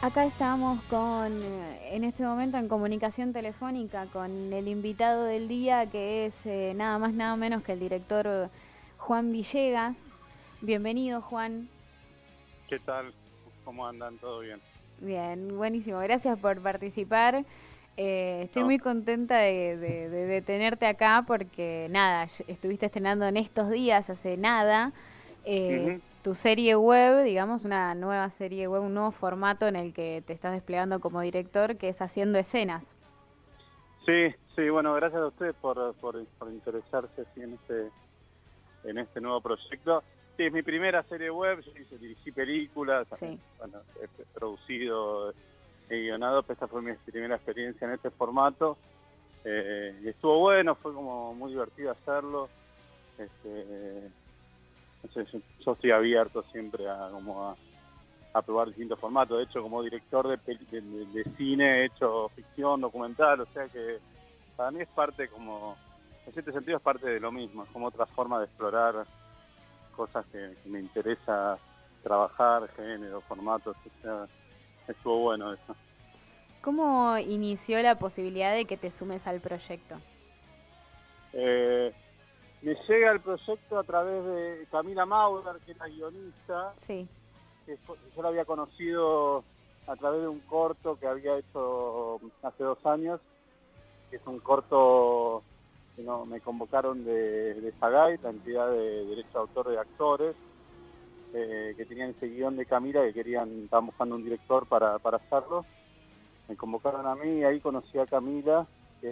Acá estamos en este momento en comunicación telefónica con el invitado del día que es nada más nada menos que el director Juan Villegas. Bienvenido, Juan. ¿Qué tal? ¿Cómo andan? ¿Todo bien? Bien, buenísimo. Gracias por participar. Estoy No. muy contenta de tenerte acá porque nada, estuviste estrenando en estos días, hace nada, Ujú. tu serie web, digamos, una nueva serie web, un nuevo formato en el que te estás desplegando como director, que es Haciendo Escenas. Sí, sí, bueno, gracias a ustedes por interesarse así en este nuevo proyecto. Sí, es mi primera serie web, yo dirigí películas, Sí. bueno, he producido, he guionado, pero esta fue mi primera experiencia en este formato. Y estuvo bueno, fue como muy divertido hacerlo. Este, no sé, yo estoy abierto siempre a probar distintos formatos. De hecho, como director de cine, he hecho ficción, documental, o sea que para mí es parte como, en cierto sentido es parte de lo mismo, es como otra forma de explorar cosas que me interesa trabajar, género, formatos, o sea, estuvo bueno eso. ¿Cómo inició la posibilidad de que te sumes al proyecto? Eh, Me llega el proyecto a través de Camila Maurer, que es la guionista, Sí. que yo la había conocido a través de un corto que había hecho hace 2 años, que es un corto que no, me convocaron de SAGAI, la entidad de derecho de autor de actores, que tenían ese guión de Camila que estaban buscando un director para hacerlo. Me convocaron a mí y ahí conocí a Camila,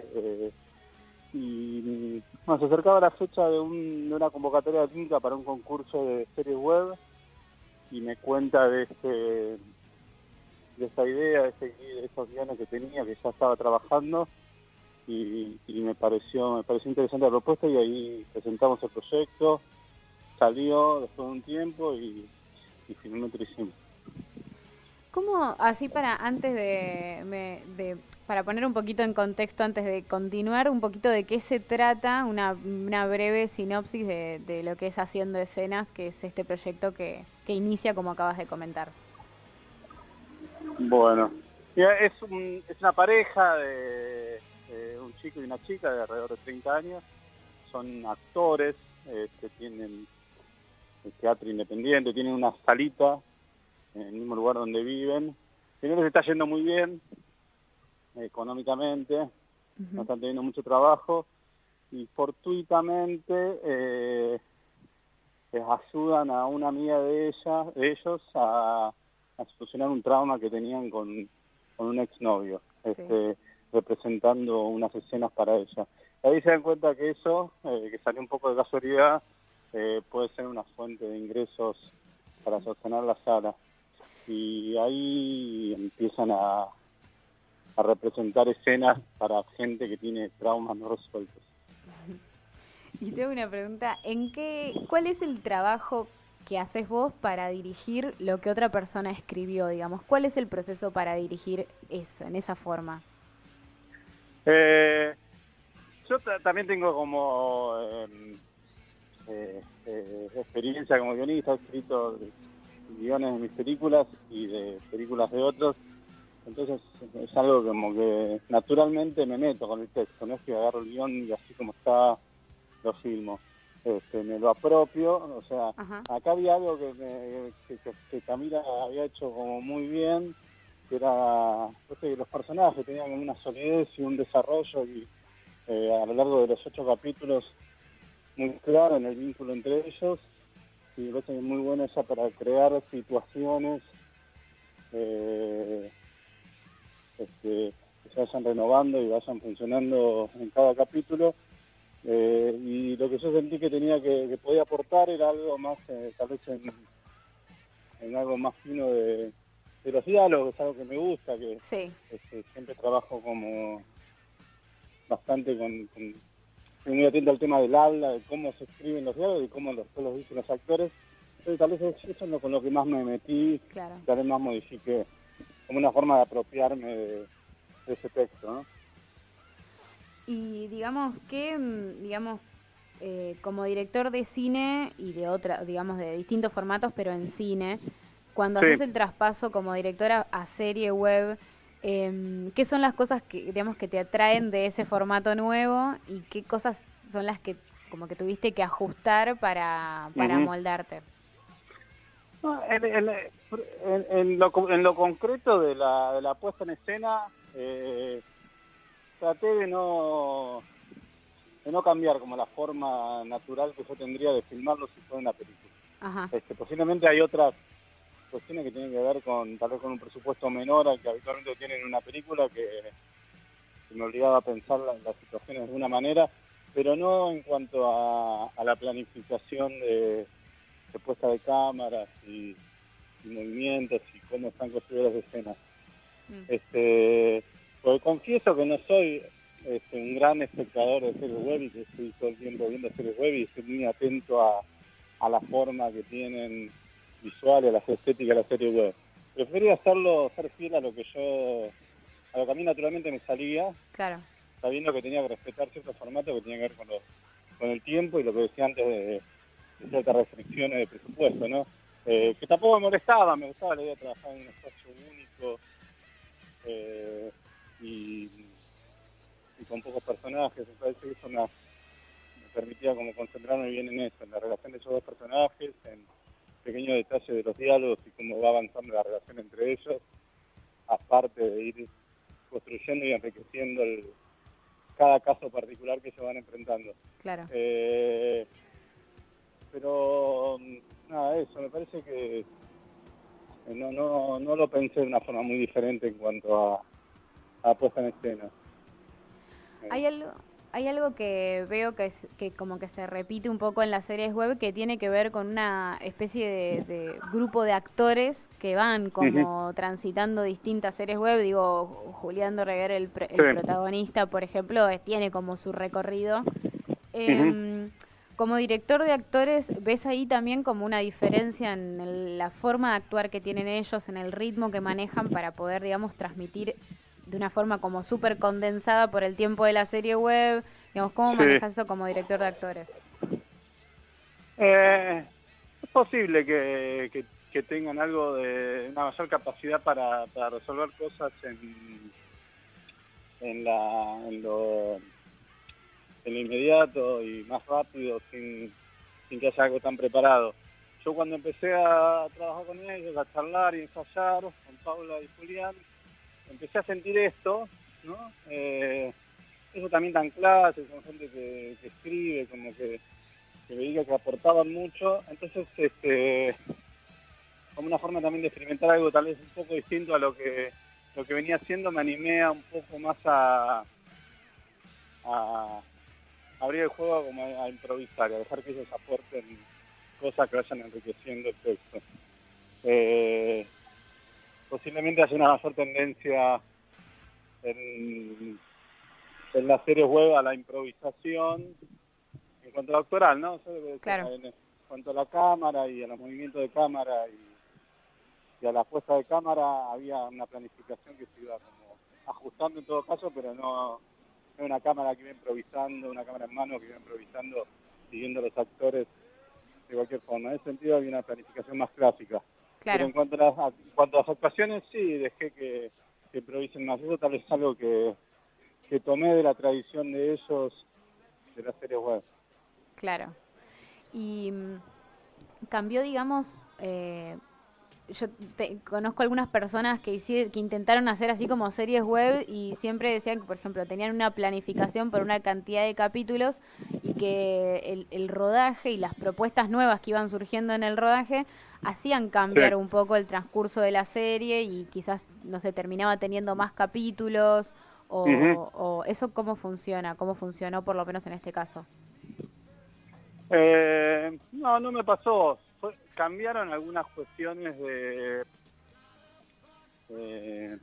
y bueno, se acercaba la fecha de una convocatoria de Inca para un concurso de series web y me cuenta de esta idea, de esos guiones que tenía, que ya estaba trabajando. Y me pareció interesante la propuesta y ahí presentamos el proyecto, salió después de un tiempo y finalmente lo hicimos. ¿Cómo, así para antes para poner un poquito en contexto, antes de continuar, un poquito de qué se trata, una breve sinopsis de lo que es Haciendo Escenas, que es este proyecto que inicia como acabas de comentar? Bueno, mira, es una pareja de un chico y una chica de alrededor de 30 años, son actores, que tienen el teatro independiente, tienen una salita en el mismo lugar donde viven, que no les está yendo muy bien económicamente, no Ujú. están teniendo mucho trabajo y fortuitamente les ayudan a una amiga de ellos a solucionar un trauma que tenían con un exnovio, Sí. representando unas escenas para ella. Y ahí se dan cuenta que eso, que salió un poco de casualidad, puede ser una fuente de ingresos para sostener la sala. Y ahí empiezan a representar escenas para gente que tiene traumas no resueltos. Y tengo una pregunta, ¿cuál es el trabajo que haces vos para dirigir lo que otra persona escribió, digamos? ¿Cuál es el proceso para dirigir eso, en esa forma? Eh, yo también tengo como experiencia como guionista, he escrito guiones de mis películas y de películas de otros, entonces es algo como que naturalmente me meto con el texto, no es que agarro el guión y así como está lo filmo, me lo apropio, o sea, Ajá. acá había algo que Camila había hecho como muy bien, que era, no sé, los personajes tenían una solidez y un desarrollo y a lo largo de los 8 capítulos muy claro en el vínculo entre ellos y me parece que es muy buena ella para crear situaciones eh, que se vayan renovando y vayan funcionando en cada capítulo. Y lo que yo sentí que tenía que podía aportar era algo más, tal vez en algo más fino de los diálogos, algo que me gusta, que Sí. siempre trabajo como bastante estoy muy atento al tema del habla, de cómo se escriben los diálogos y cómo después los dicen los actores. Entonces tal vez eso es con lo que más me metí, Claro. tal vez más modifiqué, como una forma de apropiarme de ese texto, ¿no? Y digamos que, digamos, como director de cine y de otra, digamos, de distintos formatos, pero en cine, cuando Sí. haces el traspaso como directora a serie web, ¿qué son las cosas que, digamos, que te atraen de ese formato nuevo y qué cosas son las que como que tuviste que ajustar para Ujú. moldarte? No, en lo concreto de la puesta en escena, traté de no cambiar como la forma natural que yo tendría de filmarlo si fuera una película. Ajá, Posiblemente hay otras cuestiones que tienen que ver con tal vez con un presupuesto menor al que habitualmente tienen una película que me obligaba a pensar las situaciones de una manera, pero no en cuanto a la planificación de puesta de cámaras y movimientos y cómo están construidas las escenas. mm, Porque confieso que no soy un gran espectador de series web y que estoy todo el tiempo viendo series web y estoy muy atento a la forma que tienen visual y a las estéticas de la serie web. Prefería ser fiel a lo a lo que a mí naturalmente me salía, claro, sabiendo que tenía que respetar ciertos formatos que tenían que ver con el tiempo y lo que decía antes de ciertas restricciones de presupuesto, ¿no? sí, Que tampoco me gustaba la idea de trabajar en un espacio único eh, y, y con pocos personajes. Me parece que eso me permitía como concentrarme bien en eso, en la relación de esos dos personajes, en pequeños detalles de los diálogos y cómo va avanzando la relación entre ellos, aparte de ir construyendo y enriqueciendo cada caso particular que ellos van enfrentando. claro. Eh, pero nada, eso, me parece que no lo pensé de una forma muy diferente en cuanto a puesta en escena. Eh, Hay algo, hay algo que veo que como que se repite un poco en las series web que tiene que ver con una especie de grupo de actores que van Ujú. como transitando distintas series web. Digo, Julián Dorreguer, el Sí. protagonista, por ejemplo, tiene como su recorrido. Ujú. Em, Como director de actores, ¿ves ahí también como una diferencia en la forma de actuar que tienen ellos, en el ritmo que manejan para poder, digamos, transmitir de una forma como súper condensada por el tiempo de la serie web? Digamos, ¿cómo Sí. manejas eso como director de actores? Es posible que tengan algo de una mayor capacidad para resolver cosas en, la, en lo inmediato y más rápido sin que haya algo tan preparado. Yo cuando empecé a trabajar con ellos, a charlar y ensayar con Paula y Julián, empecé a sentir esto, ¿no? Ellos también dan clases, son gente que escribe, como que veía que aportaban mucho, entonces como una forma también de experimentar algo tal vez un poco distinto a lo que venía haciendo, me animé a un poco más a abrir el juego como a improvisar, a dejar que ellos aporten cosas que vayan enriqueciendo el texto. Eh, Posiblemente haya una mayor tendencia en, en las series web a la improvisación en cuanto a lo actoral, ¿no? Claro, En cuanto a la cámara y a los movimientos de cámara y a la puesta de cámara había una planificación que se iba como ajustando en todo caso, pero no una cámara que iba improvisando, una cámara en mano que iba improvisando, siguiendo a los actores de cualquier forma. En ese sentido había una planificación más clásica. Pero claro. en cuanto a las actuaciones, sí, dejé que improvisen más. Eso tal vez es algo que tomé de la tradición de ellos, de las series web. Claro. Y cambió, digamos, yo conozco algunas personas que intentaron hacer así como series web y siempre decían que, por ejemplo, tenían una planificación por una cantidad de capítulos y que el rodaje y las propuestas nuevas que iban surgiendo en el rodaje hacían Sí. cambiar un poco el transcurso de la serie y quizás, no sé, terminaba teniendo más capítulos Ujú. o eso cómo funciona, cómo funcionó por lo menos en este caso. No me pasó. Cambiaron algunas cuestiones de,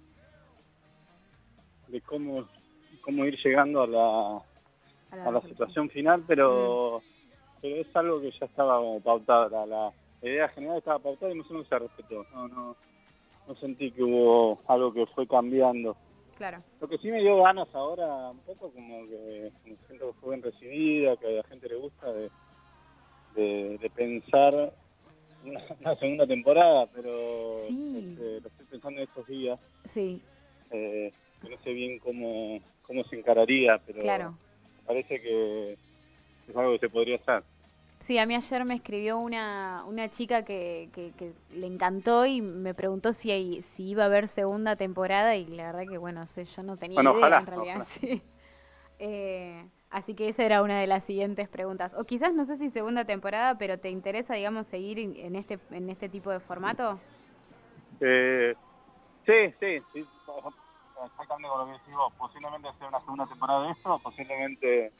de cómo ir llegando A la a la resolución. situación final, Mm, pero es algo que ya estaba como pautada. La idea general estaba pautada y más o menos se respetó. No sentí que hubo algo que fue cambiando. claro, Lo que sí me dio ganas ahora, un poco como siento que fue bien recibida, que a la gente le gusta, de pensar una segunda temporada, pero Sí, lo estoy pensando en estos días. sí, Que no sé bien cómo se encararía, pero claro. parece que es algo que se podría hacer. Sí, a mí ayer me escribió una chica que le encantó y me preguntó si iba a haber segunda temporada y la verdad que, bueno, sé, yo no tenía Bueno, idea en ojalá, realidad, ojalá. sí. Así que esa era una de las siguientes preguntas. O quizás no sé si segunda temporada, pero ¿te interesa, digamos, seguir en este tipo de formato? Eh, sí, sí, sí, exactamente con lo que decís vos. Posiblemente sea una segunda temporada de esto, posiblemente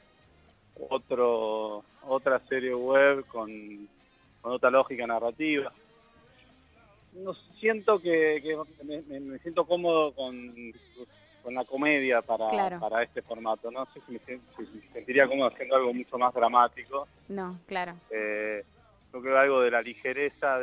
otra serie web con otra lógica narrativa. No siento que me siento cómodo con la comedia Claro, para este formato. No sé si me sentiría cómodo haciendo algo mucho más dramático. no, claro. Eh, yo creo que algo de la ligereza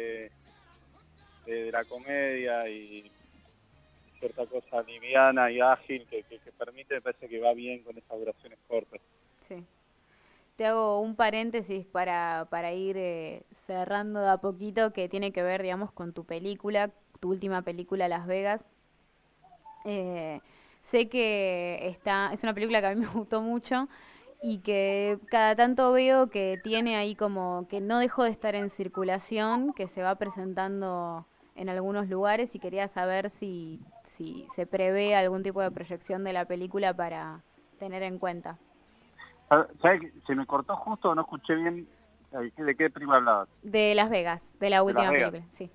de la comedia y cierta cosa liviana y ágil que permite, me parece que va bien con esas duraciones cortas. Sí. Te hago un paréntesis para ir cerrando de a poquito que tiene que ver, digamos, con tu película, tu última película, Las Vegas. Eh, Sé que es una película que a mí me gustó mucho y que cada tanto veo que tiene ahí como que no dejó de estar en circulación, que se va presentando en algunos lugares y quería saber si se prevé algún tipo de proyección de la película para tener en cuenta. ¿Sabes qué? Se me cortó justo, no escuché bien de qué película hablabas. De Las Vegas, de la De Las última Vegas. película, sí.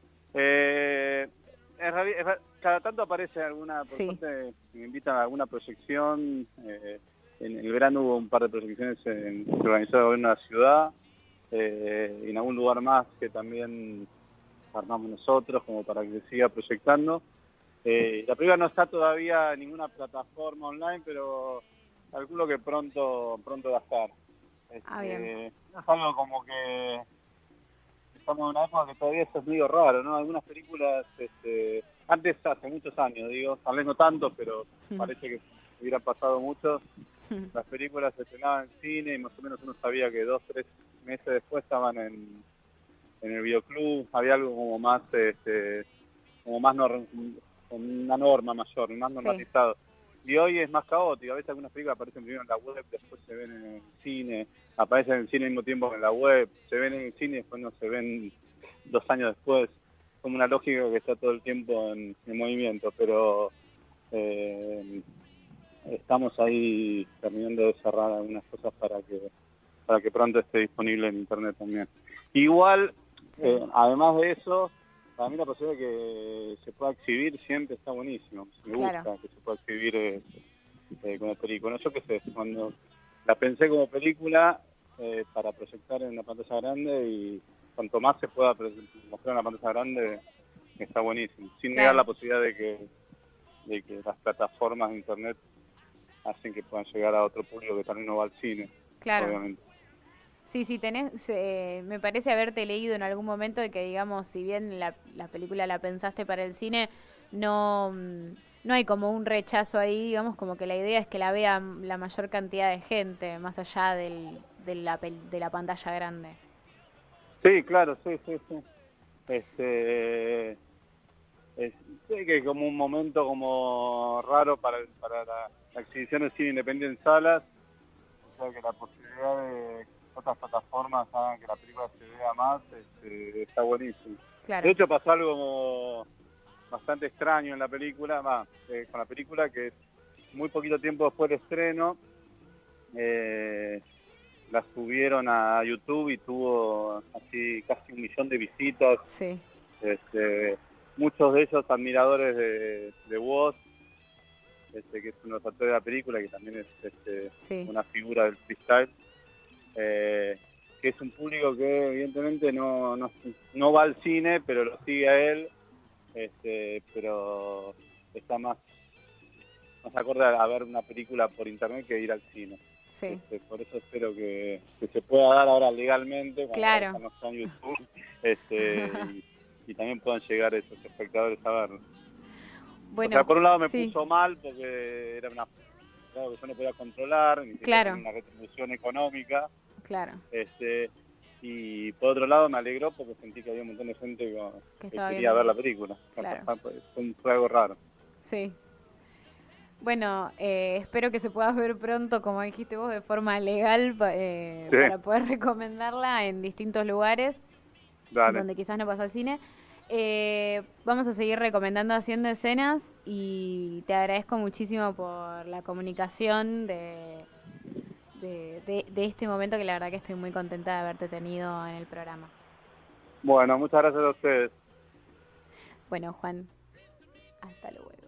Cada tanto aparece alguna, por Sí. suerte me invitan a alguna proyección. En el verano hubo un par de proyecciones que organizó en una ciudad, y en algún lugar más que también armamos nosotros como para que se siga proyectando. La película no está todavía en ninguna plataforma online, pero calculo que pronto va a estar. Ah, bien. No es algo como que estamos en una época que todavía eso es medio raro, ¿no? Algunas películas, antes, hace muchos años, digo, tal vez no tanto, pero parece que hubiera pasado mucho. Las películas se estrenaban en cine y más o menos uno sabía que 2, 3 meses después estaban en el videoclub, había algo como más con una norma mayor, más Sí, normatizado. Y hoy es más caótico, a veces algunas películas aparecen primero en la web, después se ven en el cine, aparecen en el cine al mismo tiempo que en la web, se ven en el cine y después no se ven 2 años después, como una lógica que está todo el tiempo en movimiento, pero estamos ahí terminando de cerrar algunas cosas para que pronto esté disponible en internet también. Igual, sí, además de eso, para mí la posibilidad de que se pueda exhibir siempre está buenísimo. Me claro. gusta que se pueda exhibir como película. Yo qué sé, cuando la pensé como película para proyectar en la pantalla grande y cuanto más se pueda mostrar en la pantalla grande, está buenísimo. Sin negar Claro, la posibilidad de que las plataformas de internet hacen que puedan llegar a otro público que también no va al cine, claro. obviamente. Sí, sí, me parece haberte leído en algún momento de que, digamos, si bien la película la pensaste para el cine, no, no hay como un rechazo ahí, digamos, como que la idea es que la vea la mayor cantidad de gente, más allá de la pantalla grande. Sí, claro, sí, sí, sí. Este, sí que como un momento como raro para la exhibición de cine independiente en salas, o sea que la posibilidad de que otras plataformas hagan que la película se vea más, está buenísimo. De Claro, hecho pasó algo bastante extraño en la película, con la película que muy poquito tiempo después del estreno, eh, la subieron a YouTube y tuvo así casi 1 millón de visitas. sí, Este, muchos de ellos admiradores de Woz, que es uno de los actores de la película, que también es sí, una figura del freestyle, eh, que es un público que evidentemente no va al cine, pero lo sigue a él, pero está más acorde a ver una película por internet que ir al cine. sí, Por eso espero que se pueda dar ahora legalmente, cuando ahora ya claro. no está en YouTube, y también puedan llegar esos espectadores a verlo. O sea, Bueno, por un lado me sí, puso mal porque era algo que yo no podía controlar, ni siquiera tenía claro, una retribución económica, claro. este, Y por otro lado me alegró porque sentí que había un montón de gente que estaba quería viendo. ver la película. Claro. Fue algo raro. Sí. Bueno, espero que se pueda ver pronto, como dijiste vos, de forma legal Sí, para poder recomendarla en distintos lugares dale. donde quizás no pasa el cine. Vamos a seguir recomendando Haciendo Escenas y te agradezco muchísimo por la comunicación de este momento, que la verdad que estoy muy contenta de haberte tenido en el programa. Bueno, muchas gracias a ustedes. Bueno, Juan, hasta luego.